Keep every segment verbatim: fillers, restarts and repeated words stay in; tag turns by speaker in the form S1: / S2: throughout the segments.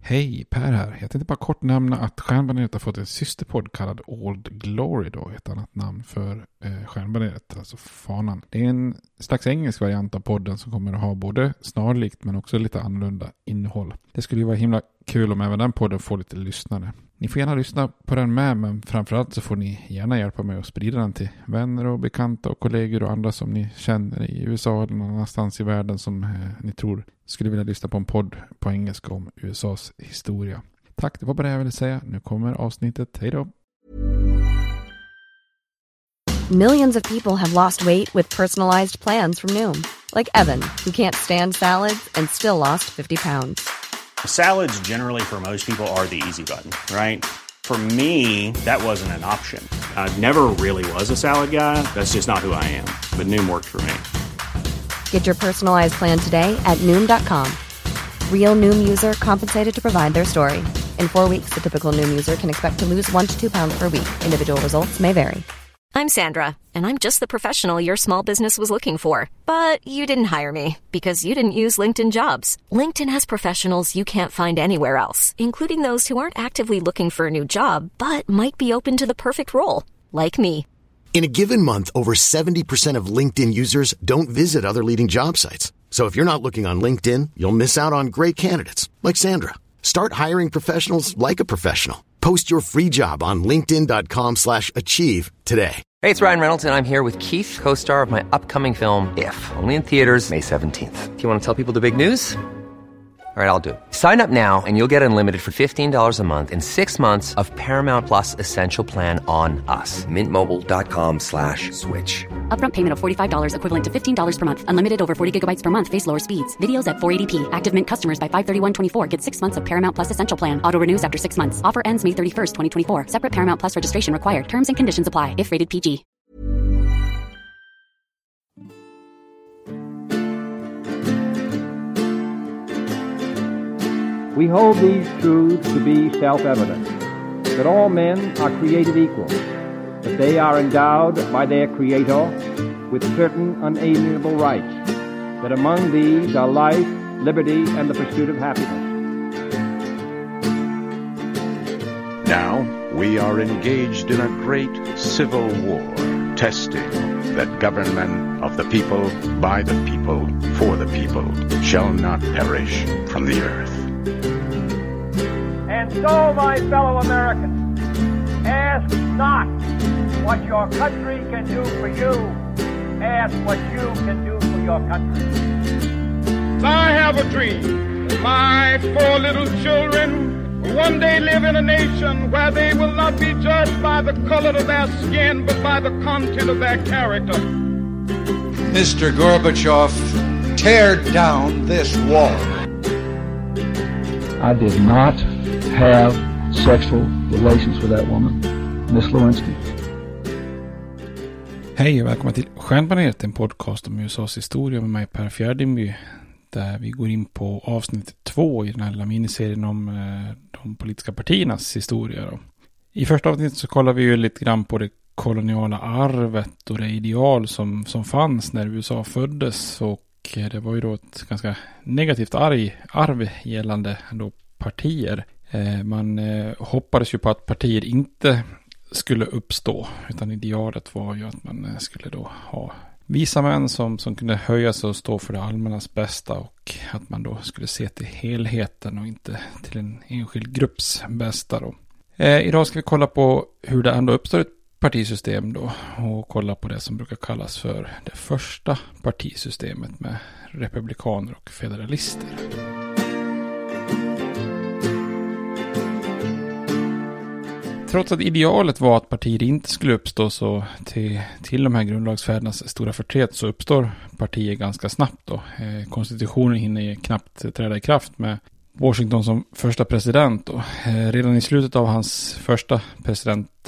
S1: Hej, Per här. Jag tänkte bara kort nämna att Stjärnbaneret har fått en systerpodd kallad Old Glory då, ett annat namn för eh, Stjärnbaneret, alltså fanan. Det är en slags engelsk variant av podden som kommer att ha både snarlikt men också lite annorlunda innehåll. Det skulle ju vara himla kul om även den podden får lite lyssnare. Ni får gärna lyssna på den med, men framförallt så får ni gärna hjälpa mig att sprida den till vänner och bekanta och kollegor och andra som ni känner i U S A eller någon annanstans i världen som eh, ni tror skulle vilja lyssna på en podd på engelska om U S A:s historia. Tack, det var bara det jag ville säga. Nu kommer avsnittet. Hej då!
S2: Millions of people have lost weight with personalized plans from Noom. Like Evan, who can't stand salads and still lost fifty pounds.
S3: Salads generally for most people are the easy button, right? For me, that wasn't an option. I never really was a salad guy. That's just not who I am. But Noom worked for me.
S2: Get your personalized plan today at Noom dot com. Real Noom user compensated to provide their story. In four weeks, the typical Noom user can expect to lose one to two pounds per week. Individual results may vary.
S4: I'm Sandra, and I'm just the professional your small business was looking for. But you didn't hire me because you didn't use LinkedIn Jobs. LinkedIn has professionals you can't find anywhere else, including those who aren't actively looking for a new job, but might be open to the perfect role, like me.
S5: In a given month, over seventy percent of LinkedIn users don't visit other leading job sites. So if you're not looking on LinkedIn, you'll miss out on great candidates like Sandra. Start hiring professionals like a professional. Post your free job on linkedin dot com slash achieve today.
S6: Hey, it's Ryan Reynolds, and I'm here with Keith, co-star of my upcoming film, If, only in theaters May seventeenth. Do you want to tell people the big news? All right, I'll do it. Sign up now and you'll get unlimited for fifteen dollars a month and six months of Paramount Plus Essential Plan on us. Mint Mobile dot com slash switch.
S7: Upfront payment of forty-five dollars equivalent to fifteen dollars per month. Unlimited over forty gigabytes per month. Face lower speeds. Videos at four eighty p. Active Mint customers by five thirty-one twenty-four get six months of Paramount Plus Essential Plan. Auto renews after six months. Offer ends May thirty-first, twenty twenty-four. Separate Paramount Plus registration required. Terms and conditions apply if rated P G.
S8: We hold these truths to be self-evident, that all men are created equal, that they are endowed by their Creator with certain unalienable rights, that among these are life, liberty, and the pursuit of happiness.
S9: Now we are engaged in a great civil war, testing that government of the people, by the people, for the people, shall not perish from the earth.
S10: And so, my fellow Americans, ask not what your country can do for you. Ask what you can do for your country.
S11: I have a dream that my four little children will one day live in a nation where they will not be judged by the color of their skin, but by the content of their character.
S12: Mister Gorbachev, tear down this wall.
S8: I did not have sexual relations with that woman, Miss Lewinsky.
S1: Hej och välkommen till Stjärnbaneret, en podcast om U S A:s historia med mig Per Fjärdingby, där vi går in på avsnitt två i den här miniserien om eh, de politiska partiernas historia då. I första avsnittet så kollar vi ju lite grann på det koloniala arvet och det ideal som, som fanns när U S A föddes, och det var ju då ett ganska negativt arv, arv gällande då partier. Eh, man eh, hoppades ju på att partier inte skulle uppstå, utan idealet var ju att man eh, skulle då ha visa män som, som kunde höja sig och stå för det allmännas bästa, och att man då skulle se till helheten och inte till en enskild grupps bästa då. Eh, idag ska vi kolla på hur det ändå uppstår ett partisystem då, och kolla på det som brukar kallas för det första partisystemet med republikaner och federalister. Trots att idealet var att partier inte skulle uppstå, så till, till de här grundlagsfädernas stora förtret så uppstår partier ganska snabbt då. Eh, konstitutionen hinner knappt träda i kraft med Washington som första president. Och, eh, redan i slutet av hans första president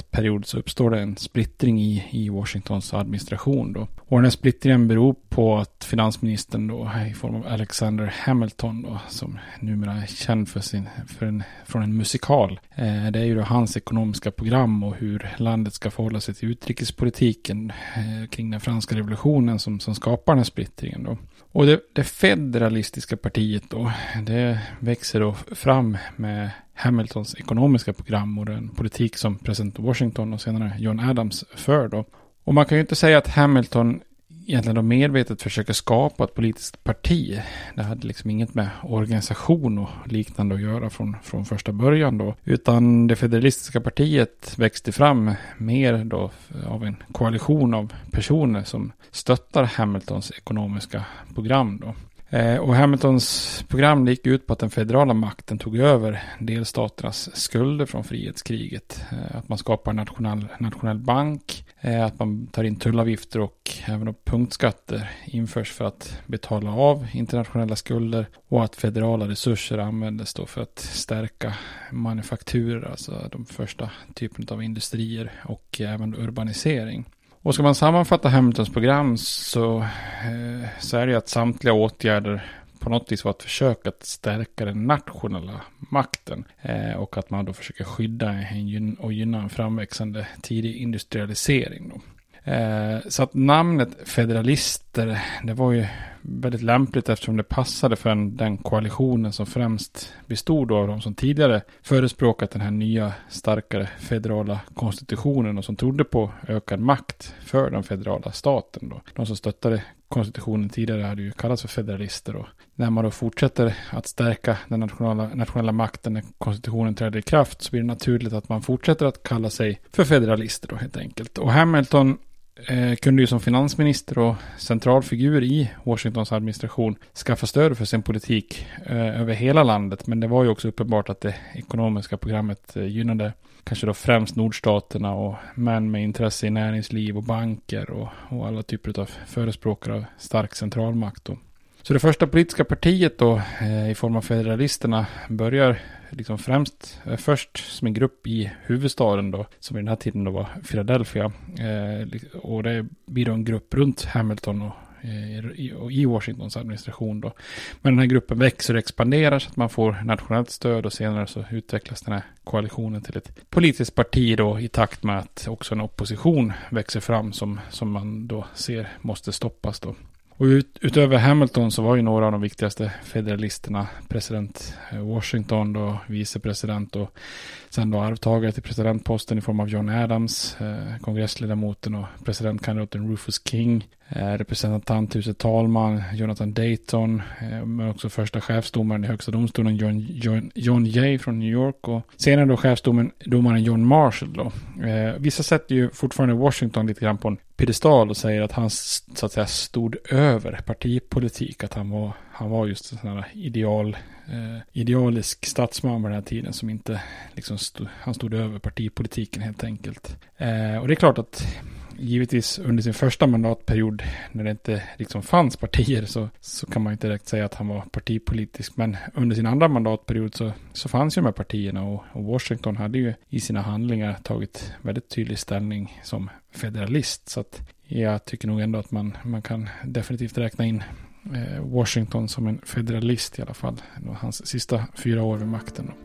S1: mandatperiod så uppstår det en splittring i, i Washingtons administration då. Och den här splittringen beror på att finansministern då i form av Alexander Hamilton då, som numera är känd för sin, för en, från en musikal. Eh, det är ju då hans ekonomiska program och hur landet ska förhålla sig till utrikespolitiken eh, kring den franska revolutionen som, som skapar den här splittringen då. Och det, det federalistiska partiet då, det växer då fram med Hamiltons ekonomiska program och den politik som president Washington och senare John Adams för då. Och man kan ju inte säga att Hamilton egentligen då medvetet försöker skapa ett politiskt parti. Det hade liksom inget med organisation och liknande att göra från, från första början då. Utan det federalistiska partiet växte fram mer då av en koalition av personer som stöttar Hamiltons ekonomiska program då. Och Hamiltons program gick ut på att den federala makten tog över delstaternas skulder från frihetskriget. Att man skapar en nationell, nationell bank, att man tar in tullavgifter och även punktskatter införs för att betala av internationella skulder och att federala resurser användes då för att stärka manufakturer, alltså de första typen av industrier och även urbanisering. Och ska man sammanfatta Hamiltons program så, eh, så är det att samtliga åtgärder på något vis var ett försök att stärka den nationella makten eh, och att man då försöker skydda en, och gynna en framväxande tidig industrialisering då. Eh, så att namnet federalister, det var ju väldigt lämpligt eftersom det passade för en, den koalitionen som främst bestod av de som tidigare förespråkat den här nya starkare federala konstitutionen och som trodde på ökad makt för den federala staten då. De som stöttade konstitutionen tidigare hade ju kallats för federalister och när man då fortsätter att stärka den nationella, nationella makten när konstitutionen träder i kraft så blir det naturligt att man fortsätter att kalla sig för federalister då helt enkelt. Och Hamilton Eh, kunde ju som finansminister och centralfigur i Washingtons administration skaffa stöd för sin politik eh, över hela landet. Men det var ju också uppenbart att det ekonomiska programmet eh, gynnade kanske då främst nordstaterna och män med intresse i näringsliv och banker och, och alla typer av förespråkare av stark centralmakt då. Så det första politiska partiet då eh, i form av federalisterna börjar liksom främst eh, först som en grupp i huvudstaden då, som i den här tiden då var Philadelphia. Eh, och det blir då en grupp runt Hamilton och, eh, i, och i Washingtons administration då. Men den här gruppen växer och expanderar så att man får nationellt stöd och senare så utvecklas den här koalitionen till ett politiskt parti då i takt med att också en opposition växer fram som, som man då ser måste stoppas då. Och ut, utöver Hamilton så var ju några av de viktigaste federalisterna president Washington då, vicepresident och sen då arvtagare till presidentposten i form av John Adams, eh, kongressledamoten och presidentkandidaten Rufus King, eh, representanthuset talman Jonathan Dayton, eh, men också första chefsdomaren i högsta domstolen John, John, John Jay från New York och senare då chefsdomaren John Marshall då. Eh, vissa sätter ju fortfarande Washington lite grann på en pedestal och säger att han så att säga stod över partipolitik, att han var, han var just en sån här ideal, eh, idealisk statsman på den här tiden som inte liksom stod, han stod över partipolitiken helt enkelt. Eh, och det är klart att givetvis under sin första mandatperiod när det inte liksom fanns partier så, så kan man inte direkt säga att han var partipolitisk, men under sin andra mandatperiod så, så fanns ju de här partierna och, och Washington hade ju i sina handlingar tagit väldigt tydlig ställning som federalist, så att jag tycker nog ändå att man, man kan definitivt räkna in eh, Washington som en federalist i alla fall, hans sista fyra år vid makten då.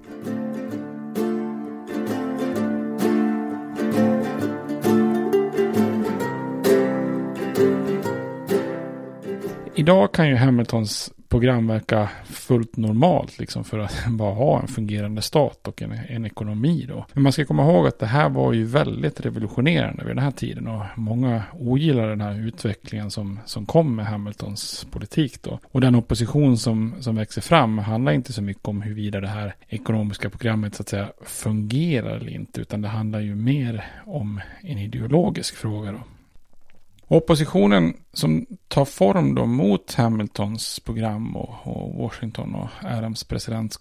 S1: Idag kan ju Hamiltons program verka fullt normalt liksom för att bara ha en fungerande stat och en, en ekonomi då. Men man ska komma ihåg att det här var ju väldigt revolutionerande vid den här tiden och många ogillar den här utvecklingen som, som kom med Hamiltons politik då. Och den opposition som, som växer fram handlar inte så mycket om huruvida det här ekonomiska programmet så att säga fungerar eller inte, utan det handlar ju mer om en ideologisk fråga då. Oppositionen som tar form då mot Hamiltons program och, och Washington och Adams presidentskap,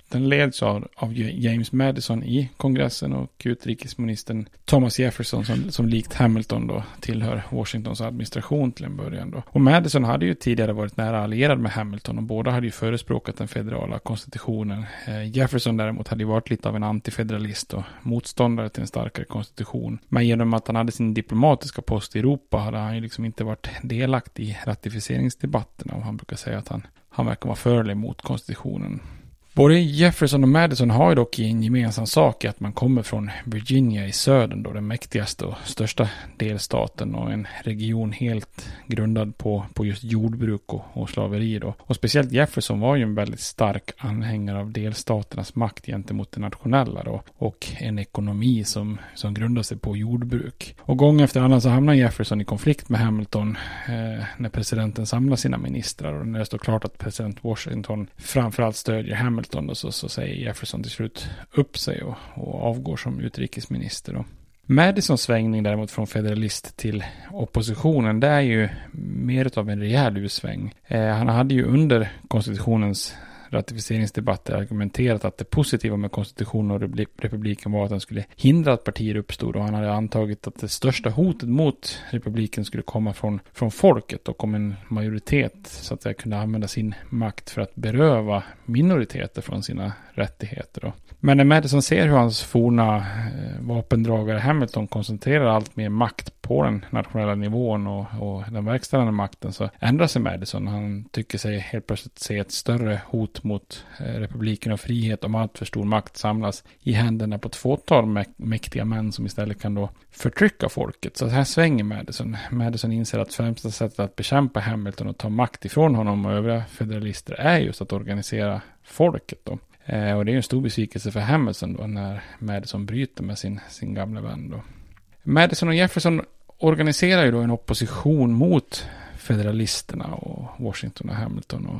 S1: Den leds av, av James Madison i kongressen och utrikesministern Thomas Jefferson som, som likt Hamilton då tillhör Washingtons administration till en början då. Och Madison hade ju tidigare varit nära allierad med Hamilton och båda hade ju förespråkat den federala konstitutionen. Eh, Jefferson däremot hade ju varit lite av en antifederalist och motståndare till en starkare konstitution. Men genom att han hade sin diplomatiska post i Europa hade han ju liksom inte varit delaktig i ratificeringsdebatterna och han brukar säga att han, han verkar vara för eller emot konstitutionen. Både Jefferson och Madison har ju dock en gemensam sak i att man kommer från Virginia i södern då, den mäktigaste och största delstaten och en region helt grundad på, på just jordbruk och, och slaveri då. Och speciellt Jefferson var ju en väldigt stark anhängare av delstaternas makt gentemot det nationella då och en ekonomi som, som grundar sig på jordbruk. Och gång efter annan så hamnar Jefferson i konflikt med Hamilton eh, när presidenten samlar sina ministrar och när det står klart att president Washington framförallt stödjer Hamilton och så, så säger Jefferson till slut upp sig och, och avgår som utrikesminister då. Madisons svängning däremot från federalist till oppositionen, det är ju mer av en rejäl ursväng. Eh, han hade ju under konstitutionens ratificeringsdebatter argumenterat att det positiva med konstitutionen och republiken var att den skulle hindra att partier uppstod och han hade antagit att det största hotet mot republiken skulle komma från, från folket och om en majoritet så att säga kunde använda sin makt för att beröva minoriteter från sina rättigheter då. Men när Madison ser hur hans forna eh, vapendragare Hamilton koncentrerar allt mer makt på den nationella nivån och, och den verkställande makten så ändrar sig Madison. Han tycker sig helt plötsligt se ett större hot mot eh, republiken och frihet om allt för stor makt samlas i händerna på ett fåtal mä- mäktiga män som istället kan då förtrycka folket. Så här svänger Madison. Madison inser att främsta sättet att bekämpa Hamilton och ta makt ifrån honom och övriga federalister är just att organisera folket då. Eh, och det är en stor besvikelse för Hamilton då när Madison bryter med sin, sin gamla vän då. Madison och Jefferson organiserar ju då en opposition mot federalisterna och Washington och Hamilton och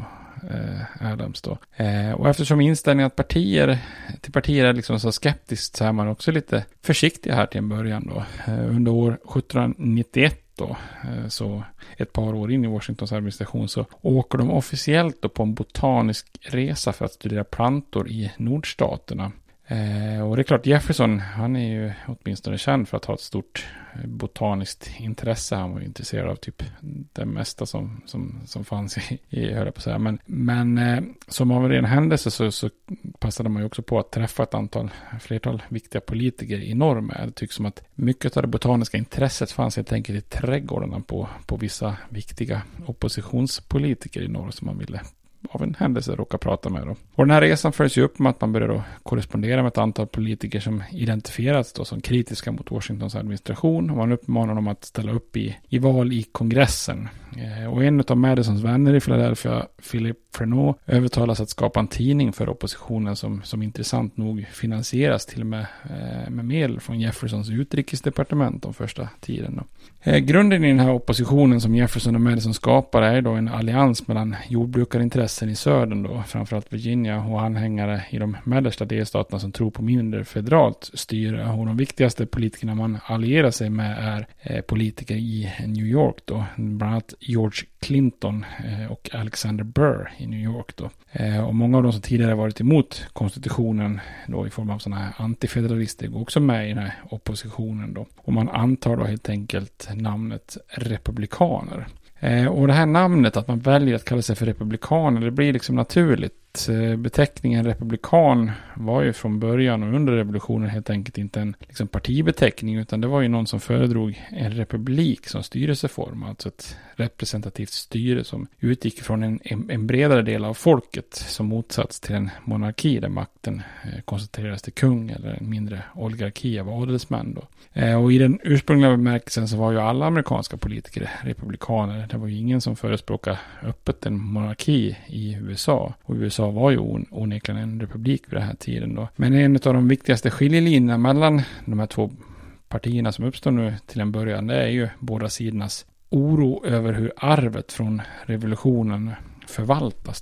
S1: eh, Adams då. Eh, och eftersom inställningen att partier till partier är liksom så skeptiskt så är man också lite försiktig här till en början då. Eh, under år sjuttonhundranittioett då, eh, så ett par år in i Washingtons administration så åker de officiellt då på en botanisk resa för att studera plantor i nordstaterna. Eh, och det är klart Jefferson, han är ju åtminstone känd för att ha ett stort botaniskt intresse. Han var intresserad av typ det mesta som, som, som fanns i, i höll jag på att säga. Men, men eh, som av en händelse så, så passade man ju också på att träffa ett antal, flertal viktiga politiker i norr med. Det tycks som att mycket av det botaniska intresset fanns helt enkelt i trädgårdarna på, på vissa viktiga oppositionspolitiker i norr som man ville av en händelse råkar prata med. Då. Och den här resan följs ju upp med att man börjar då korrespondera med ett antal politiker som identifierats då som kritiska mot Washingtons administration. Och man uppmanar dem att ställa upp i, i val i kongressen. Eh, och en av Madisons vänner i Philadelphia, Philip Freneau, övertalas att skapa en tidning för oppositionen som, som intressant nog finansieras till och med eh, med medel från Jeffersons utrikesdepartement de första tiden. Då. Eh, grunden i den här oppositionen som Jefferson och Madison skapar är då en allians mellan jordbrukarintressen i södern då, framförallt Virginia och anhängare i de mellersta delstaterna som tror på mindre federalt styre. Och de viktigaste politikerna man allierar sig med är eh, politiker i New York då, bland annat George Clinton eh, och Alexander Burr i New York då. Eh, och många av de som tidigare varit emot konstitutionen då i form av sådana här antifederalister går också med i den här oppositionen då. Och man antar då helt enkelt namnet republikaner. Eh, och det här namnet, att man väljer att kalla sig för republikaner, det blir liksom naturligt. Beteckningen republikan var ju från början och under revolutionen helt enkelt inte en liksom partibeteckning, utan det var ju någon som föredrog en republik som styrelseform, alltså ett representativt styre som utgick från en, en bredare del av folket som motsats till en monarki där makten eh, koncentrerades till kung eller en mindre oligarki av adelsmän då. Eh, och i den ursprungliga bemärkelsen så var ju alla amerikanska politiker republikaner. Det var ju ingen som förespråkade öppet en monarki i U S A, och U S A var ju onekligen en republik vid den här tiden då. Men en av de viktigaste skiljelinjerna mellan de här två partierna som uppstår nu till en början, det är ju båda sidornas oro över hur arvet från revolutionen förvaltas då.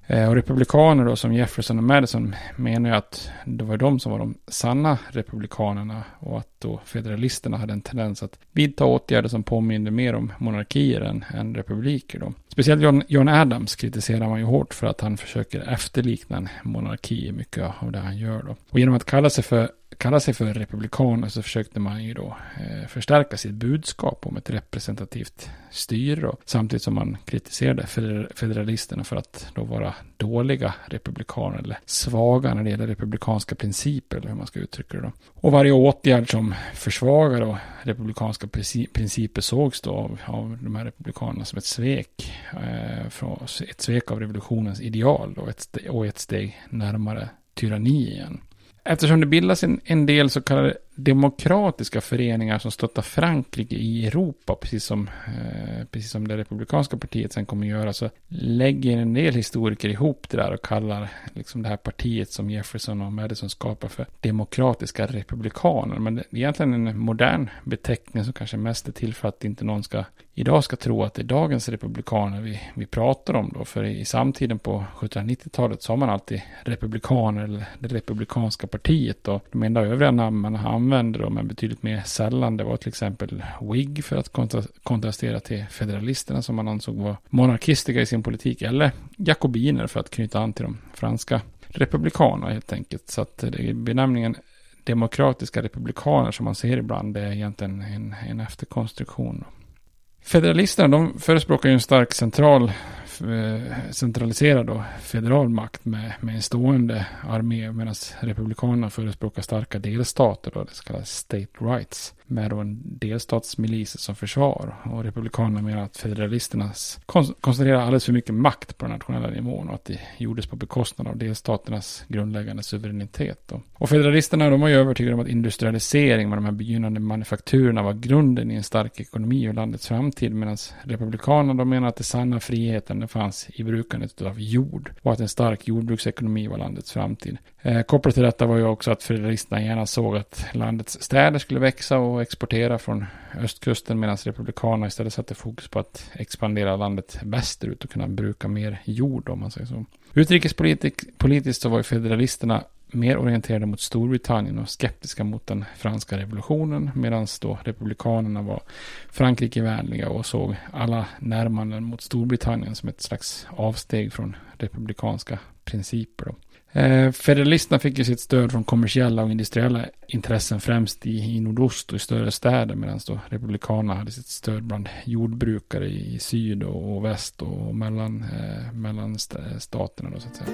S1: Eh, och republikaner då som Jefferson och Madison menar ju att det var de som var de sanna republikanerna och att då federalisterna hade en tendens att vidta åtgärder som påminner mer om monarkier än, än republiker då. Speciellt John, John Adams kritiserar man ju hårt för att han försöker efterlikna en monarki i mycket av det han gör då. Och genom att kalla sig för kalla sig för republikaner så försökte man ju då eh, förstärka sitt budskap om ett representativt styre då, samtidigt som man kritiserade federalisterna för att då vara dåliga republikaner eller svaga när det gäller republikanska principer eller hur man ska uttrycka det då. Och varje åtgärd som försvagar då republikanska principer sågs då av, av de här republikanerna som ett svek eh, från, ett svek av revolutionens ideal då, ett, och ett steg närmare tyranni igen. Eftersom det bildas en, en del så kallade demokratiska föreningar som stöttar Frankrike i Europa, precis som, eh, precis som det republikanska partiet sen kommer att göra, så lägger en del historiker ihop det där och kallar liksom det här partiet som Jefferson och Madison skapar för demokratiska republikaner. Men det är egentligen en modern beteckning som kanske mest är till för att inte någon ska idag ska tro att det är dagens republikaner vi, vi pratar om då. För i, i samtiden på sjuttonhundranittiotalet så har man alltid republikaner eller det republikanska partiet och de enda övriga namn man använder då, men betydligt mer sällan. Det var till exempel Whig för att kontra- kontrastera till federalisterna som man ansåg var monarkistiska i sin politik, eller jakobiner för att knyta an till de franska republikanerna helt enkelt. Så att det är benämningen demokratiska republikaner som man ser ibland, det är egentligen en, en efterkonstruktion då. Federalisterna de förespråkar ju en stark central centraliserad och federal makt med, med en stående armé, medan republikanerna förespråkar starka delstater då, det så kallade state rights, med då en delstatsmilis som försvar. Och republikanerna menar att federalisternas kon- koncentrerar alldeles för mycket makt på den nationella nivån och att det gjordes på bekostnad av delstaternas grundläggande suveränitet då. Och federalisterna de var ju övertygade om att industrialisering med de här begynnande manufakturerna var grunden i en stark ekonomi och landets framtid, medan republikanerna de menar att det sanna friheten det fanns i brukandet av jord och att en stark jordbruksekonomi var landets framtid. Eh, kopplat till detta var ju också att federalisterna gärna såg att landets städer skulle växa och exportera från östkusten, medan republikanerna istället satte fokus på att expandera landet västerut och kunna bruka mer jord om man säger så. Utrikespolitiskt så var ju federalisterna mer orienterade mot Storbritannien och skeptiska mot den franska revolutionen, medan då republikanerna var Frankrike-vänliga och såg alla närmanden mot Storbritannien som ett slags avsteg från republikanska principer då. Eh, federalisterna fick ju sitt stöd från kommersiella och industriella intressen främst i, i nordost och i större städer, medan då republikanerna hade sitt stöd bland jordbrukare i, i syd och, och väst och mellan, eh, mellan st- staterna då så att säga.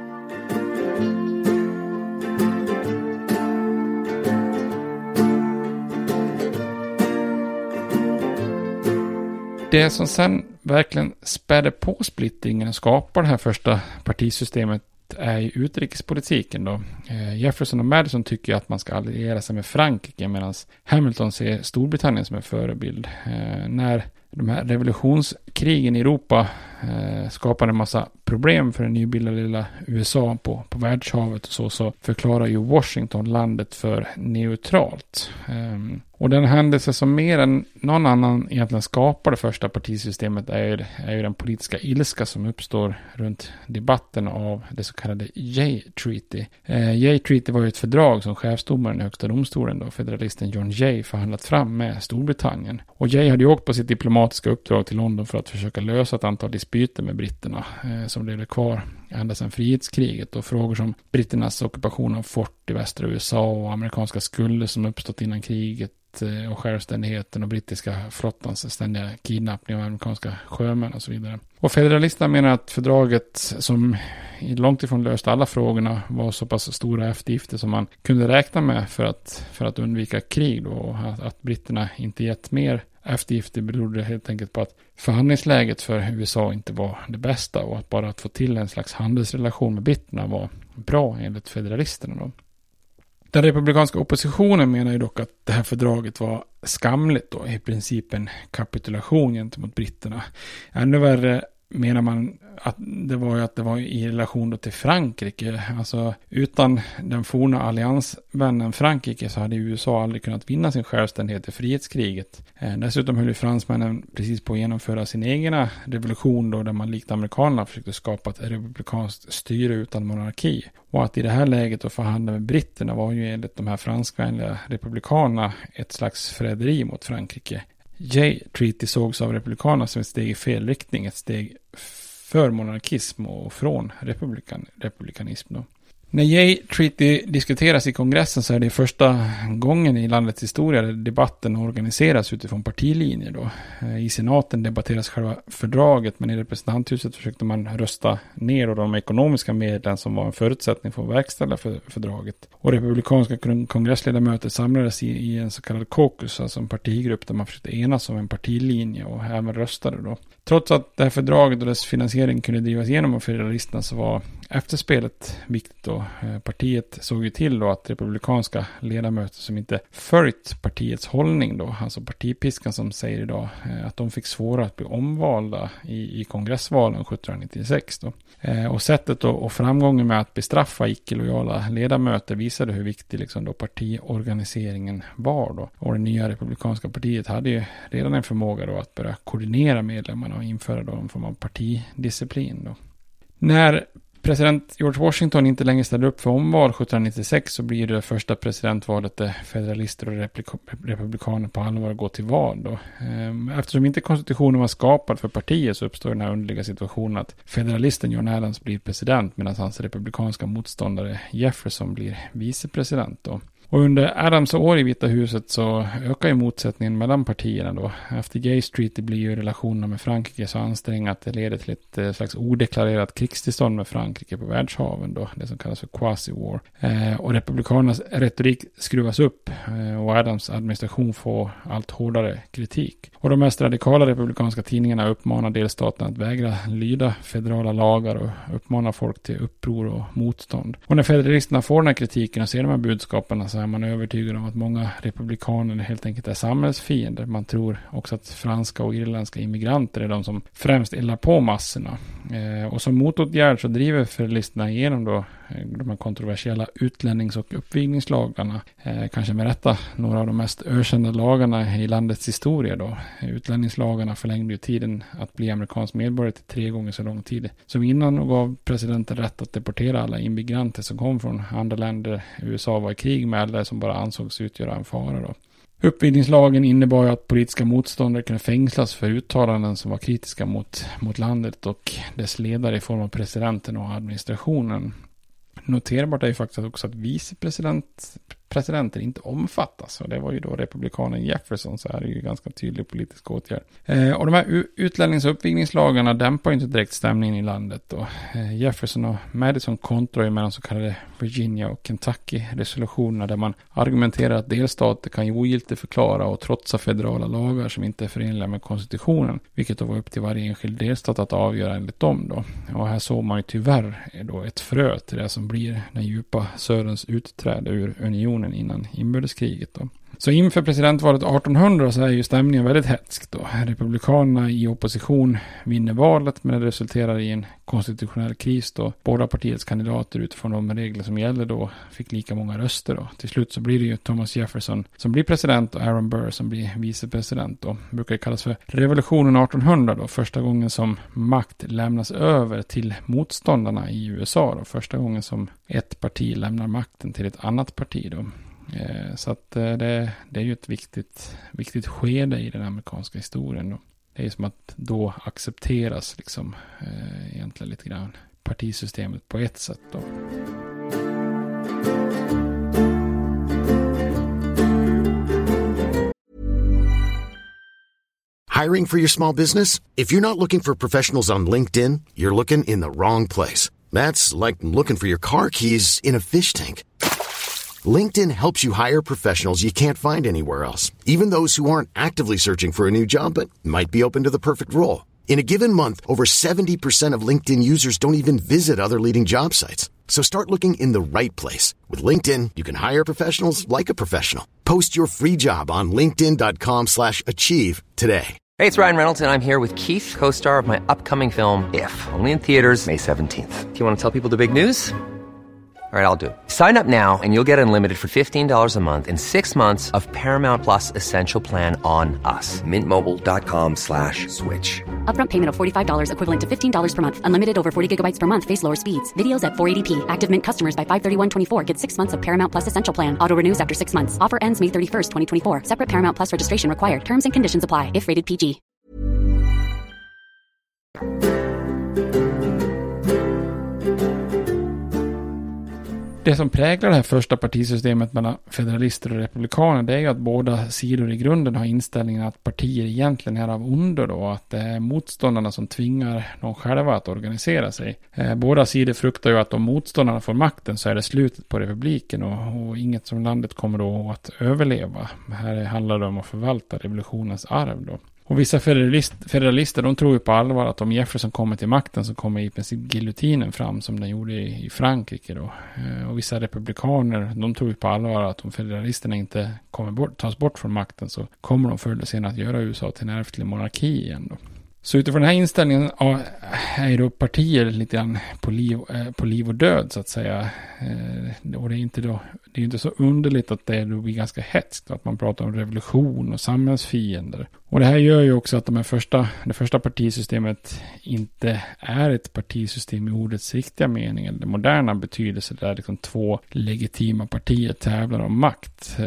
S1: Det som sen verkligen spädde på splittringen och skapar det här första partisystemet är ju utrikespolitiken då. Eh, Jefferson och Madison tycker att man ska alliera sig med Frankrike, medan Hamilton ser Storbritannien som en förebild. Eh, när de här revolutionskrigen i Europa eh, skapade en massa problem för den nybildade lilla U S A på, på världshavet och så, så förklarar ju Washington landet för neutralt. Eh, och den händelse som mer än någon annan egentligen skapar det första partisystemet är ju, är ju den politiska ilska som uppstår runt debatten av det så kallade Jay Treaty. Eh, Jay Treaty var ju ett fördrag som chefsdomaren i högsta domstolen då, federalisten John Jay, förhandlat fram med Storbritannien. Och Jay hade ju åkt på sitt diplomatiska uppdrag till London för att försöka lösa ett antal dispyter med britterna eh, som blev kvar ända sedan frihetskriget, och frågor som britternas ockupation av fort i västra U S A och amerikanska skulder som uppstått innan kriget och självständigheten och brittiska flottans ständiga kidnappning av amerikanska sjömän och så vidare. Och federalisterna menar att fördraget, som långt ifrån löste alla frågorna, var så pass stora eftergifter som man kunde räkna med för att, för att undvika krig då, och att, att britterna inte gett mer eftergifter berodde helt enkelt på att förhandlingsläget för U S A inte var det bästa, och att bara att få till en slags handelsrelation med britterna var bra enligt federalisterna då. Den republikanska oppositionen menar ju dock att det här fördraget var skamligt då, i princip en kapitulation gentemot britterna. Ännu värre menar man att det var ju att det var i relation då till Frankrike. Alltså utan den forna alliansvännen Frankrike så hade U S A aldrig kunnat vinna sin självständighet i frihetskriget. Eh, dessutom höll ju fransmännen precis på att genomföra sin egna revolution då, där man likt amerikanerna försökte skapa ett republikanskt styre utan monarki. Och att i det här läget att förhandla med britterna var ju enligt de här franskvänliga republikanerna ett slags förräderi mot Frankrike. Jay Treaty sågs av republikanerna som ett steg i fel riktning, ett steg för monarkism och från republikan, republikanism då. När Jay Treaty diskuteras i kongressen så är det första gången i landets historia där debatten organiseras utifrån partilinjer då. I senaten debatteras själva fördraget, men i representanthuset försökte man rösta ner de ekonomiska medlen som var en förutsättning för att verkställa för, fördraget. Och republikanska kongressledamöter samlades i, i en så kallad caucus, alltså en partigrupp där man försökte enas om en partilinje och även röstade då. Trots att det här fördraget och dess finansiering kunde drivas igenom av federalisterna så var efterspelet viktigt då. Partiet såg ju till då att republikanska ledamöter som inte följt partiets hållning då, alltså partipiskan som säger idag, att de fick svårare att bli omvalda i, i kongressvalen sjuttonhundranittiosex då. Och sättet då, och framgången med att bestraffa icke-lojala ledamöter visade hur viktig liksom då partiorganiseringen var då. Och det nya republikanska partiet hade ju redan en förmåga då att börja koordinera medlemmarna och införa då en form av partidisciplin då. När president George Washington inte längre ställde upp för omval sjuttonhundranittiosex så blir det första presidentvalet där federalister och republikaner på allvar går till val då. Eftersom inte konstitutionen var skapad för partiet så uppstår den här underliga situationen att federalisten John Adams blir president medan hans republikanska motståndare Jefferson blir vicepresident då. Och under Adams år i Vita huset så ökar ju motsättningen mellan partierna då. Efter Jay Treaty blir ju relationerna med Frankrike så ansträngda att det leder till ett slags odeklarerat krigstillstånd med Frankrike på världshaven då. Det som kallas för quasi-war. Eh, och republikanernas retorik skruvas upp eh, och Adams administration får allt hårdare kritik. Och de mest radikala republikanska tidningarna uppmanar delstaterna att vägra lyda federala lagar och uppmanar folk till uppror och motstånd. Och när federalisterna får den här kritiken och ser de här budskapen så är man övertygad om att många republikaner helt enkelt är samhällsfiender. Man tror också att franska och irländska immigranter är de som främst eldar på massorna. Eh, och som motåtgärd så driver federalisterna igenom då de här kontroversiella utlännings- och uppvigningslagarna. Eh, kanske med rätta några av de mest ökända lagarna i landets historia då. Utlänningslagarna förlängde ju tiden att bli amerikansk medborgare till tre gånger så lång tid som innan och gav presidenten rätt att deportera alla immigranter som kom från andra länder U S A var i krig med eller som bara ansågs utgöra en fara då. Uppvidgningslagen innebar ju att politiska motståndare kunde fängslas för uttalanden som var kritiska mot, mot landet och dess ledare i form av presidenten och administrationen. Noterbart är ju faktiskt också att vicepresident presidenter inte omfattas. Och det var ju då republikanen Jefferson, så här är det ju ganska tydlig politisk åtgärd. Eh, och de här utlännings- och uppvigningslagarna dämpar ju inte direkt stämningen i landet. Och, eh, Jefferson och Madison kontrar ju med de så kallade Virginia och Kentucky-resolutionerna där man argumenterar att delstater kan ju ogiltigt förklara och trotsa federala lagar som inte är förenliga med konstitutionen, vilket då var upp till varje enskild delstat att avgöra enligt dem då. Och här såg man ju tyvärr då ett frö till det som blir den djupa Sörens utträde ur unionen innan inbördeskriget då. Så inför presidentvalet artonhundra så är ju stämningen väldigt hätsk då. Republikanerna i opposition vinner valet, men det resulterar i en konstitutionell kris då. Båda partiets kandidater utifrån de regler som gäller då fick lika många röster då. Till slut så blir det ju Thomas Jefferson som blir president och Aaron Burr som blir vicepresident då. Det brukar kallas för revolutionen artonhundra då. Första gången som makt lämnas över till motståndarna i U S A då. Första gången som ett parti lämnar makten till ett annat parti då. Så att det, det är ju ett viktigt, viktigt skede i den amerikanska historien då. Det är som att då accepteras liksom eh, egentligen lite grann partisystemet på ett sätt då.
S5: Hiring for your small business? If you're not looking for professionals on LinkedIn, you're looking in the wrong place. That's like looking for your car keys in a fish tank. LinkedIn helps you hire professionals you can't find anywhere else, even those who aren't actively searching for a new job but might be open to the perfect role. In a given month, over seventy percent of LinkedIn users don't even visit other leading job sites. So start looking in the right place. With LinkedIn, you can hire professionals like a professional. Post your free job on linkedin dot com slash achieve today.
S6: Hey, it's Ryan Reynolds, and I'm here with Keith, co-star of my upcoming film, If, only in theaters May seventeenth. Do you want to tell people the big news? All right, I'll do it. Sign up now and you'll get unlimited for fifteen dollars a month and six months of Paramount Plus Essential Plan on us. Mint Mobile dot com slash switch.
S7: Upfront payment of forty-five dollars equivalent to fifteen dollars per month. Unlimited over forty gigabytes per month. Face lower speeds. Videos at four eighty p. Active Mint customers by five thirty-one twenty-four get six months of Paramount Plus Essential Plan. Auto renews after six months. Offer ends May thirty-first, twenty twenty-four. Separate Paramount Plus registration required. Terms and conditions apply if rated P G.
S1: Det som präglar det här första partisystemet mellan federalister och republikaner, det är ju att båda sidor i grunden har inställningen att partier egentligen är av ondo då, att det är motståndarna som tvingar dem själva att organisera sig. Eh, båda sidor fruktar ju att om motståndarna får makten så är det slutet på republiken och, och inget som landet kommer då att överleva. Här handlar det om att förvalta revolutionens arv då. Och vissa federalist, federalister, de tror ju på allvar att om Jefferson kommer till makten så kommer i princip giljotinen fram som den gjorde i, i Frankrike då. Eh, och vissa republikaner, de tror ju på allvar att om federalisterna inte kommer bort, tas bort från makten så kommer de förr eller senare att göra U S A till en ärftlig monarki igen då. Så utifrån den här inställningen är ju då partier lite grann på liv, på liv och död så att säga. Och det är inte då, det är inte så underligt att det då blir ganska hetskt att man pratar om revolution och samhällsfiender. Och det här gör ju också att de här första, det första partisystemet inte är ett partisystem i ordets riktiga mening eller moderna betydelse där liksom två legitima partier tävlar om makt.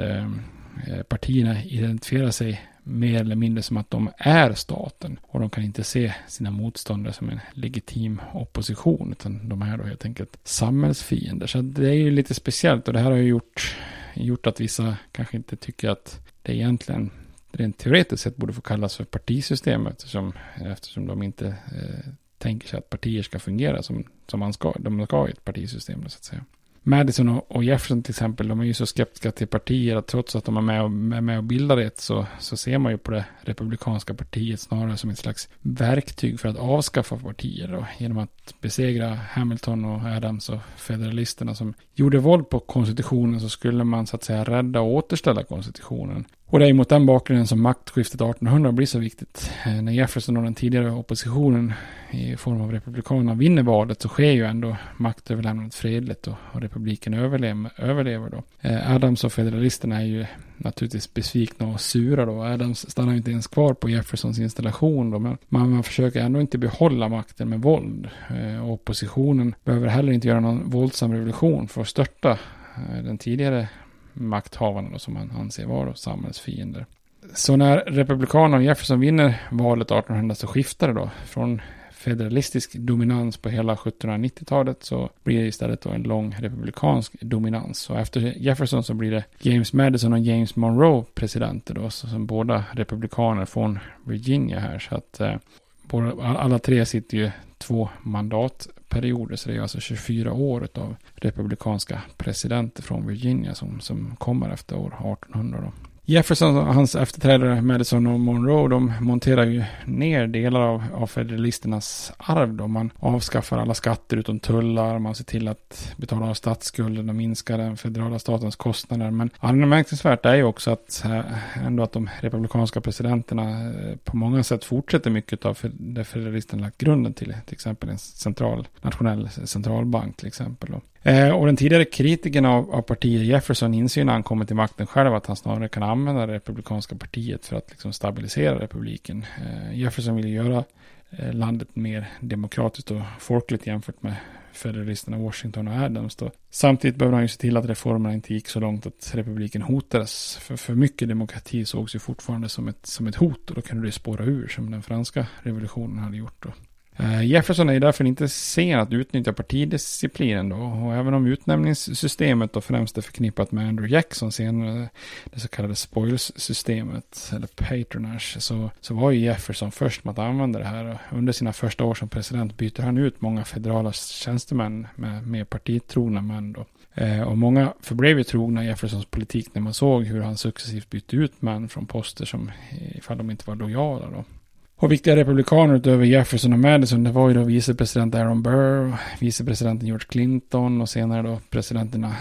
S1: Partierna identifierar sig mer eller mindre som att de är staten och de kan inte se sina motståndare som en legitim opposition utan de är då helt enkelt samhällsfiender. Så det är ju lite speciellt och det här har ju gjort, gjort att vissa kanske inte tycker att det egentligen rent teoretiskt sett borde få kallas för partisystem eftersom, eftersom de inte eh, tänker sig att partier ska fungera som, som man ska, de ska i ett partisystem så att säga. Madison och Jefferson till exempel, de är ju så skeptiska till partier att trots att de är med och, är med och bildar det så, så ser man ju på det republikanska partiet snarare som ett slags verktyg för att avskaffa partier då, genom att besegra Hamilton och Adams och federalisterna som gjorde våld på konstitutionen så skulle man så att säga rädda och återställa konstitutionen. Och det är mot den bakgrunden som maktskiftet artonhundra blir så viktigt. När Jefferson och den tidigare oppositionen i form av republikanerna vinner valet så sker ju ändå maktöverlämnandet fredligt och, och republiken överlever, överlever då. Adams och federalisterna är ju naturligtvis besvikna och sura då. Adams stannar inte ens kvar på Jeffersons installation då, men man, man försöker ändå inte behålla makten med våld. Och oppositionen behöver heller inte göra någon våldsam revolution för att störta den tidigare makthavarna då, som man anser vara samhällsfiender. Så när republikanerna och Jefferson vinner valet artonhundra så skiftar det då från federalistisk dominans på hela sjuttonhundranittiotalet så blir det istället då en lång republikansk dominans. Och efter Jefferson så blir det James Madison och James Monroe presidenter då, så som båda republikaner från Virginia här. Så att eh, båda, alla tre sitter ju två mandatperioder, så det är alltså tjugofyra år av republikanska presidenter från Virginia som, som kommer efter år artonhundra då. Jefferson och hans efterträdare Madison och Monroe, de monterar ju ner delar av, av federalisternas arv då. Man avskaffar alla skatter utom tullar, man ser till att betala av statsskulden och minska den federala statens kostnader. Men anmärkningsvärt är ju också att äh, ändå att de republikanska presidenterna äh, på många sätt fortsätter mycket av det federalisterna lagt grunden till, till exempel en central, nationell centralbank till exempel då. Eh, och den tidigare kritiken av, av partiet Jefferson inser när han kommer till makten själv att han snarare kan använda det republikanska partiet för att liksom stabilisera republiken. Eh, Jefferson vill göra eh, landet mer demokratiskt och folkligt jämfört med federalisterna Washington och Adams då. Samtidigt behöver han ju se till att reformerna inte gick så långt att republiken hotades. För, för mycket demokrati sågs ju fortfarande som ett, som ett hot och då kunde det spåra ur som den franska revolutionen hade gjort då. Jefferson är ju därför inte sen att utnyttja partidisciplinen då, och även om utnämningssystemet då främst är förknippat med Andrew Jackson senare, det så kallade spoils-systemet eller patronage, så, så var ju Jefferson först med att använda det här. Under sina första år som president byter han ut många federala tjänstemän med, med partitrogna män då. Eh, och många förblev ju trogna Jeffersons politik när man såg hur han successivt bytte ut män från poster som ifall de inte var lojala då. Och viktiga republikaner utöver Jefferson och Madison, det var ju då vicepresident Aaron Burr, vicepresidenten George Clinton och senare då presidenterna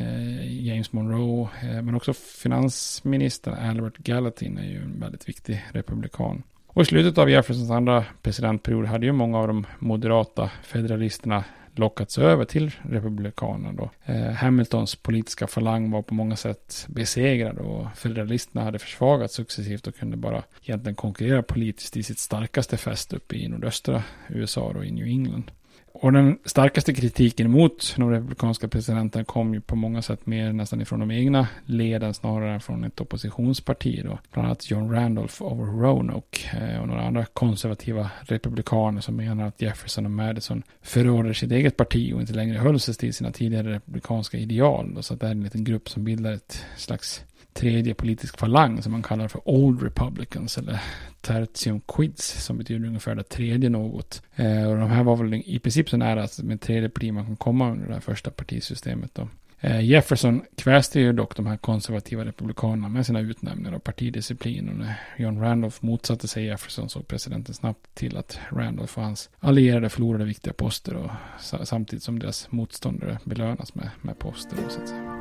S1: eh, James Monroe, eh, men också finansministern Albert Gallatin är ju en väldigt viktig republikan. Och i slutet av Jeffersons andra presidentperiod hade ju många av de moderata federalisterna lockats över till republikanerna då. Eh, Hamiltons politiska falang var på många sätt besegrad och federalisterna hade försvagats successivt och kunde bara egentligen konkurrera politiskt i sitt starkaste fäste uppe i nordöstra U S A och i New England. Och den starkaste kritiken mot de republikanska presidenterna kom ju på många sätt mer nästan ifrån de egna leden snarare än från ett oppositionsparti då. Bland annat John Randolph over Roanoke eh, och några andra konservativa republikaner som menar att Jefferson och Madison förrådde sitt eget parti och inte längre höll sig till sina tidigare republikanska ideal. Då, så att det är en liten grupp som bildar ett slags tredje politisk falang som man kallar för Old Republicans eller Tertium Quids som betyder ungefär det tredje något. Eh, och de här var väl i princip så nära att med tredje parti man kan komma under det här första partisystemet då. Eh, Jefferson kväste ju dock de här konservativa republikanerna med sina utnämningar och partidisciplin. Och när John Randolph motsatte sig Jefferson så presidenten snabbt till att Randolph och hans allierade förlorade viktiga poster och samtidigt som deras motståndare belönas med, med poster och så att säga.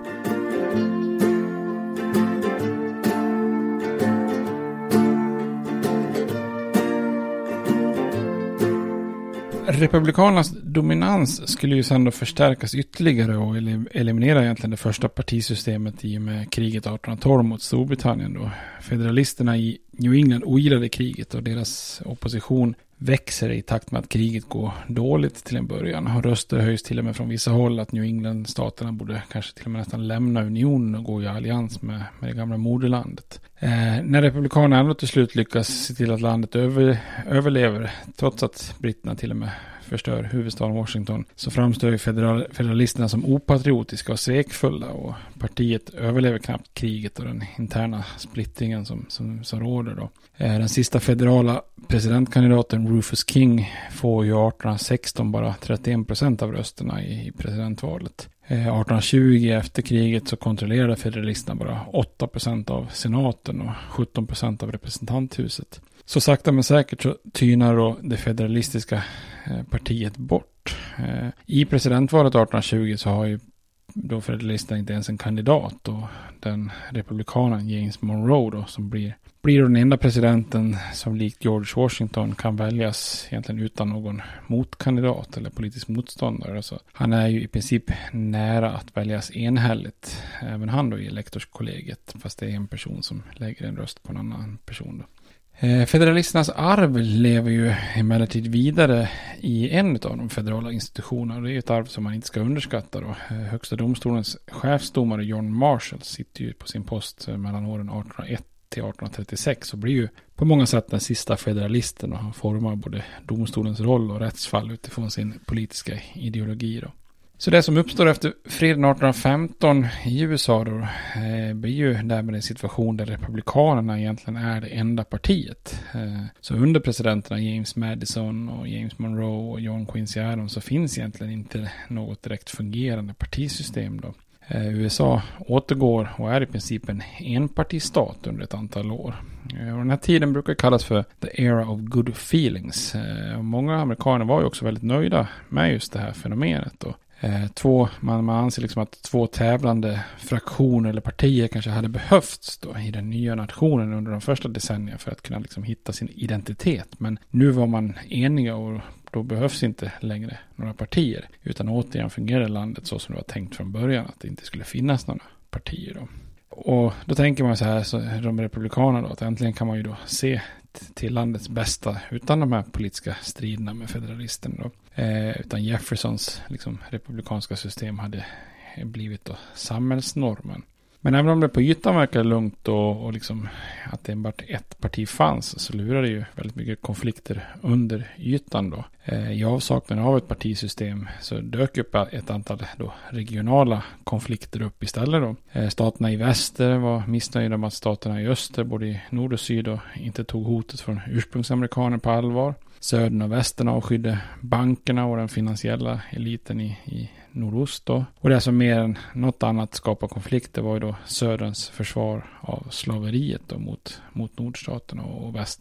S1: Republikanernas dominans skulle ju sedan då förstärkas ytterligare och eliminera egentligen det första partisystemet i och med kriget arton tolv mot Storbritannien då. Federalisterna i New England ogillade kriget och deras opposition växer i takt med att kriget går dåligt till en början. Och röster höjs till och med från vissa håll att New England-staterna borde kanske till och med nästan lämna unionen och gå i allians med, med det gamla moderlandet. Eh, när republikanerna ändå till slut lyckas se till att landet över, överlever, trots att britterna till och med förstör huvudstaden Washington, så framstår ju federal, federalisterna som opatriotiska och svekfulla och partiet överlever knappt kriget och den interna splittringen som, som, som råder då. Eh, den sista federala presidentkandidaten Rufus King får ju arton sexton bara trettioen procent av rösterna i, i presidentvalet. Eh, arton tjugo efter kriget så kontrollerade federalisterna bara åtta procent av senaten och sjutton procent av representanthuset. Så sakta men säkert så tynar då det federalistiska eh, partiet bort. Eh, I presidentvalet arton tjugo så har ju då federalisterna inte ens en kandidat och den republikanen James Monroe då som blir blir den enda presidenten som likt George Washington kan väljas egentligen utan någon motkandidat eller politisk motståndare. Så han är ju i princip nära att väljas enhälligt, även han då i elektorskollegiet, fast det är en person som lägger en röst på en annan person då. Federalisternas arv lever ju emellertid vidare i en av de federala institutionerna. Det är ett arv som man inte ska underskatta då. Högsta domstolens chefsdomare John Marshall sitter ju på sin post mellan åren arton noll ett till arton trettiosex och blir ju på många sätt den sista federalisten och han formar både domstolens roll och rättsfall utifrån sin politiska ideologi då. Så det som uppstår efter freden arton femton i U S A då, eh, blir ju därmed en situation där republikanerna egentligen är det enda partiet. Eh, så under presidenterna James Madison och James Monroe och John Quincy Adams så finns egentligen inte något direkt fungerande partisystem då. Eh, U S A återgår och är i princip en enpartistat under ett antal år. Eh, och den här tiden brukar kallas för the era of good feelings. Eh, och många amerikaner var ju också väldigt nöjda med just det här fenomenet då. Eh, två, man, man anser liksom att två tävlande fraktioner eller partier kanske hade behövts då i den nya nationen under de första decennierna för att kunna liksom hitta sin identitet. Men nu var man eniga och då behövs inte längre några partier utan återigen fungerar landet så som det var tänkt från början, att det inte skulle finnas några partier då. Och då tänker man så här, så de republikanerna då, att äntligen kan man ju då se till landets bästa utan de här politiska striderna med federalisterna då. Eh, utan Jeffersons liksom, republikanska system hade blivit då samhällsnormen. Men även om det på ytan verkar lugnt och, och liksom att det enbart ett parti fanns så lurar det ju väldigt mycket konflikter under ytan då. Eh, I avsaknaden av ett partisystem så dök upp ett antal då regionala konflikter upp istället då. Eh, staterna i väster var missnöjda med att staterna i öster, både i nord och syd då, inte tog hotet från ursprungsamerikaner på allvar. Södern och västern avskydde bankerna och den finansiella eliten i, i nordost då. Och det som mer än något annat skapade konflikter var ju då söderns försvar av slaveriet då mot, mot nordstaterna och västern. Och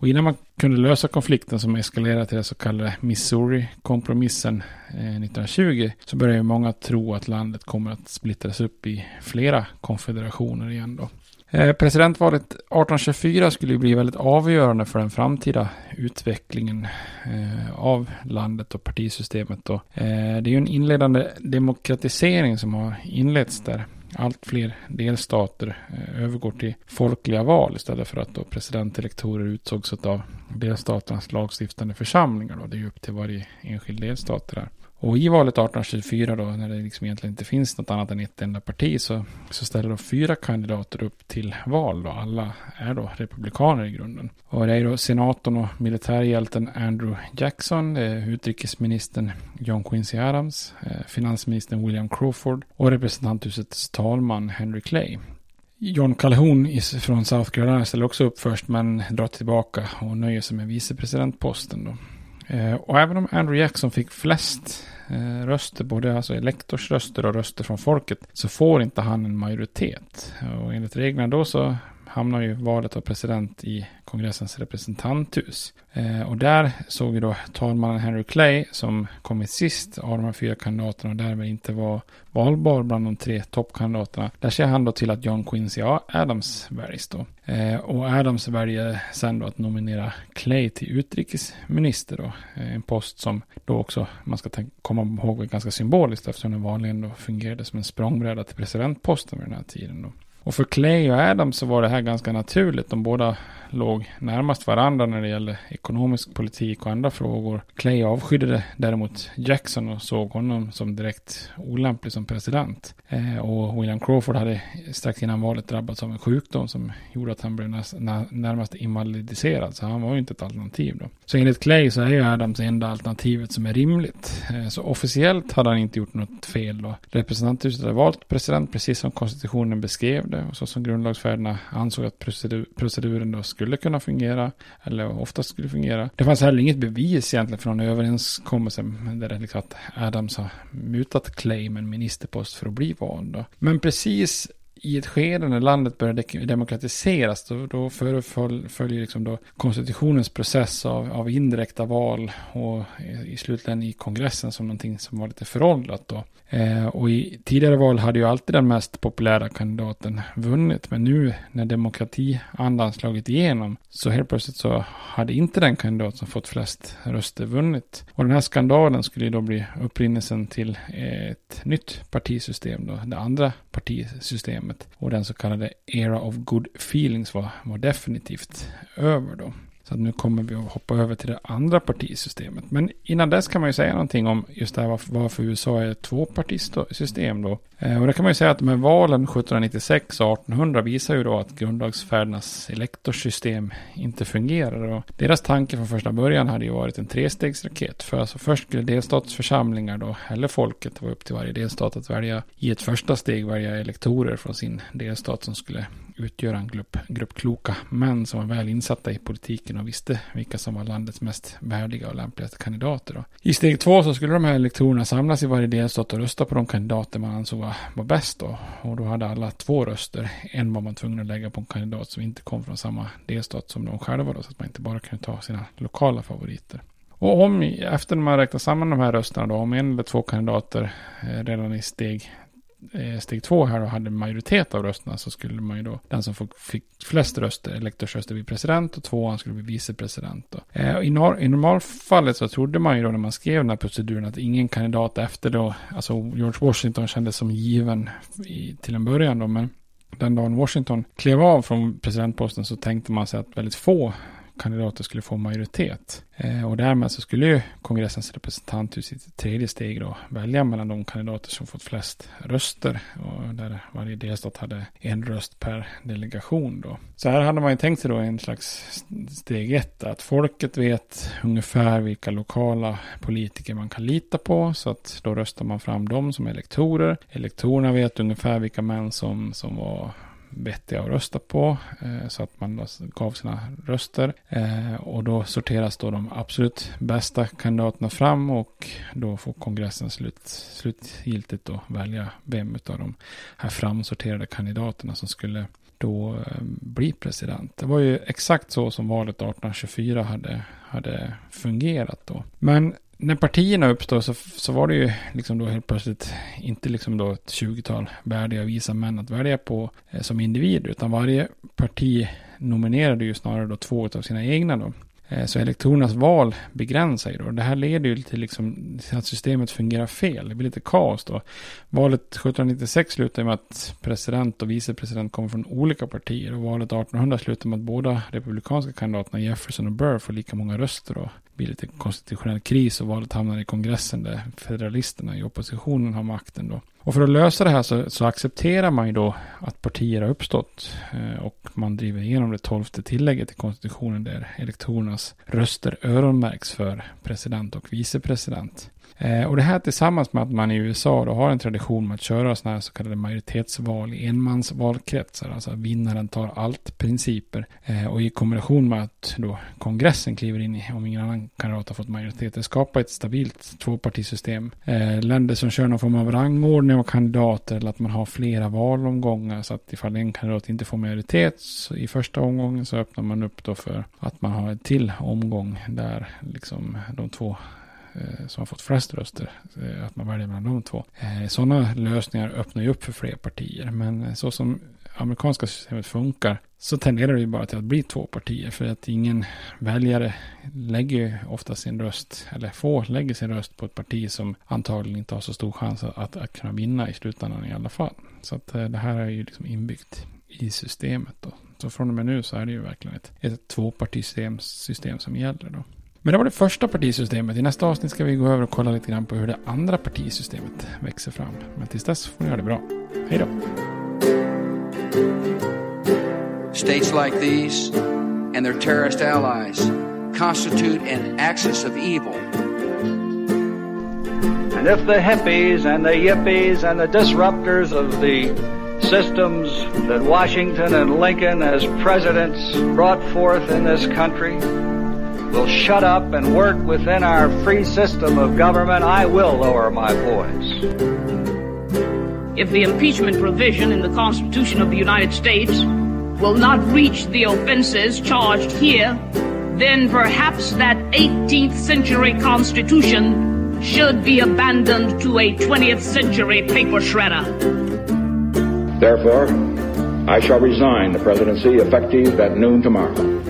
S1: Och innan man kunde lösa konflikten som eskalerade till det så kallade Missouri-kompromissen eh, nittonhundratjugo så började många tro att landet kommer att splittras upp i flera konfederationer igen då. Eh, presidentvalet arton tjugofyra skulle ju bli väldigt avgörande för den framtida utvecklingen eh, av landet och partisystemet då. Eh, det är ju en inledande demokratisering som har inletts där. Allt fler delstater eh, övergår till folkliga val istället för att då presidentelektorer utsågs av delstaternas lagstiftande församlingar då. Det är ju upp till varje enskild delstat där. Och i valet arton tjugofyra då, när det liksom egentligen inte finns något annat än ett enda parti, så, så ställer då fyra kandidater upp till val då. Alla är då republikaner i grunden. Och det är då senatorn och militärhjälten Andrew Jackson, det är utrikesministern John Quincy Adams, eh, finansministern William Crawford och representanthusets talman Henry Clay. John Calhoun från South Carolina ställer också upp först men drar tillbaka och nöjer sig med vicepresidentposten då. Eh, och även om Andrew Jackson fick flest eh, röster, både alltså elektorsröster och röster från folket, så får inte han en majoritet. Och enligt reglerna då så hamnar ju valet av president i kongressens representanthus. Eh, och där såg vi då talmannen Henry Clay som kommit sist av de här fyra kandidaterna och därmed inte var valbar bland de tre toppkandidaterna. Där ser han då till att John Quincy Adams väljs då. Eh, och Adams väljer sen då att nominera Clay till utrikesminister då. Eh, en post som då också man ska tänka, komma ihåg är ganska symboliskt eftersom den vanligen då fungerade som en språngbräda till presidentposten vid den här tiden då. Och för Clay och Adams så var det här ganska naturligt. De båda låg närmast varandra när det gällde ekonomisk politik och andra frågor. Clay avskydde däremot Jackson och såg honom som direkt olämplig som president. Eh, och William Crawford hade strax innan valet drabbats av en sjukdom som gjorde att han blev när, närmast invalidiserad. Så han var ju inte ett alternativ då. Så enligt Clay så är ju Adams enda alternativet som är rimligt. Eh, så officiellt hade han inte gjort något fel då. Representanthuset hade valt president precis som konstitutionen beskrev det. Och så som grundlagsfäderna ansåg att procedur, proceduren då skulle kunna fungera, eller oftast skulle fungera. Det fanns heller inget bevis egentligen för någon överenskommelse där det liksom att Adams har mutat Clay med en ministerpost för att bli vald då. Men precis i ett skede när landet började demokratiseras då, då följer liksom då konstitutionens process av, av indirekta val och i slutändan i kongressen som någonting som var lite föråldrat då. Eh, och i tidigare val hade ju alltid den mest populära kandidaten vunnit, men nu när demokratiandan slagit igenom så helt plötsligt så hade inte den kandidat som fått flest röster vunnit. Och den här skandalen skulle ju då bli upprinnelsen till ett nytt partisystem då, det andra partisystemet. Och den så kallade era of good feelings var, var definitivt över då. Så att nu kommer vi att hoppa över till det andra partisystemet. Men innan dess kan man ju säga någonting om just det här varför, varför U S A är ett tvåpartisystem då. Eh, och det kan man ju säga att de här valen sjuttonhundranittiosex och artonhundra visar ju då att grundlagsfädernas elektorssystem inte fungerar. Och deras tanke från första början hade ju varit en trestegsraket. För alltså först skulle delstatsförsamlingar då, eller folket, var upp till varje delstat att välja i ett första steg välja elektorer från sin delstat som skulle utgöra en grupp, grupp kloka män som var väl insatta i politiken och visste vilka som var landets mest värdiga och lämpligaste kandidater då. I steg två så skulle de här elektorerna samlas i varje delstat och rösta på de kandidater man ansåg var, var bäst då. Och då hade alla två röster. En var man tvungen att lägga på en kandidat som inte kom från samma delstat som de själva då, så att man inte bara kunde ta sina lokala favoriter. Och om, efter man räknar samman de här rösterna då, om en eller två kandidater eh, redan i steg steg två här då hade majoritet av rösterna, så skulle man ju då, den som fick flest röster, elektorsröster, bli president och tvåan skulle bli vicepresident då. Eh, i, nor- I normalfallet så trodde man ju då när man skrev den här proceduren att ingen kandidat efter då, alltså George Washington kändes som given i, till en början då, men den dagen Washington klev av från presidentposten så tänkte man sig att väldigt få kandidater skulle få majoritet. Eh, och därmed så skulle ju kongressens representanthus i ett tredje steg då välja mellan de kandidater som fått flest röster, och där varje delstat hade en röst per delegation då. Så här hade man ju tänkt sig då en slags steg ett, att folket vet ungefär vilka lokala politiker man kan lita på, så att då röstar man fram dem som elektorer. Elektorerna vet ungefär vilka män som, som var vettiga att rösta på, eh, så att man gav sina röster, eh, och då sorteras då de absolut bästa kandidaterna fram, och då får kongressen slut, slutgiltigt då välja vem av de här framsorterade kandidaterna som skulle då bli president. Det var ju exakt så som valet arton tjugofyra hade, hade fungerat då. Men när partierna uppstod så, så var det ju liksom då helt plötsligt inte liksom då ett tjugotal värdiga visa män att välja på eh, som individer, utan varje parti nominerade ju snarare då två av sina egna då. Eh, så elektorernas val begränsar ju då. Det här leder ju till liksom att systemet fungerar fel. Det blir lite kaos då. Valet sjuttonhundranittiosex slutade med att president och vicepresident kommer från olika partier, och valet artonhundra slutade med att båda republikanska kandidaterna Jefferson och Burr får lika många röster då. Det blir lite konstitutionell kris och valet hamnar i kongressen där federalisterna i oppositionen har makten då. Och för att lösa det här så, så accepterar man ju då att partier har uppstått eh, och man driver igenom det tolfte tillägget i konstitutionen där elektorernas röster öronmärks för president och vicepresident. Eh, och det här tillsammans med att man i U S A då har en tradition med att köra sådana här så kallade majoritetsval i enmansvalkretsar, alltså vinnaren tar allt principer, eh, och i kombination med att då kongressen kliver in i, om ingen annan kandidat har fått majoritet, det skapar ett stabilt tvåpartisystem. Eh, länder som kör någon form av rangordning av kandidater, eller att man har flera valomgångar, så att ifall en kandidat inte får majoritet så i första omgången så öppnar man upp då för att man har en till omgång där liksom de två som har fått flest röster, att man väljer mellan de två. Sådana lösningar öppnar ju upp för fler partier, men så som amerikanska systemet funkar så tenderar det ju bara till att bli två partier, för att ingen väljare lägger ofta sin röst, eller får lägga sin röst på ett parti som antagligen inte har så stor chans att, att, att kunna vinna i slutändan i alla fall. Så att det här är ju liksom inbyggt i systemet då. Så från och med nu så är det ju verkligen ett, ett tvåpartisystem system som gäller då. Men det var det första partisystemet. I nästa avsnitt ska vi gå över och kolla lite grann på hur det andra partisystemet växer fram. Men tills dess får ni göra det bra. Hej då!
S13: States like these and their terrorist allies constitute an axis of evil.
S10: And if the hippies and the yippies and the disruptors of the systems that Washington and Lincoln as presidents brought forth in this country will shut up and work within our free system of government, I will lower my voice.
S14: If the impeachment provision in the Constitution of the United States will not reach the offenses charged here, then perhaps that eighteenth century Constitution should be abandoned to a twentieth century paper shredder.
S9: Therefore, I shall resign the presidency effective at noon tomorrow.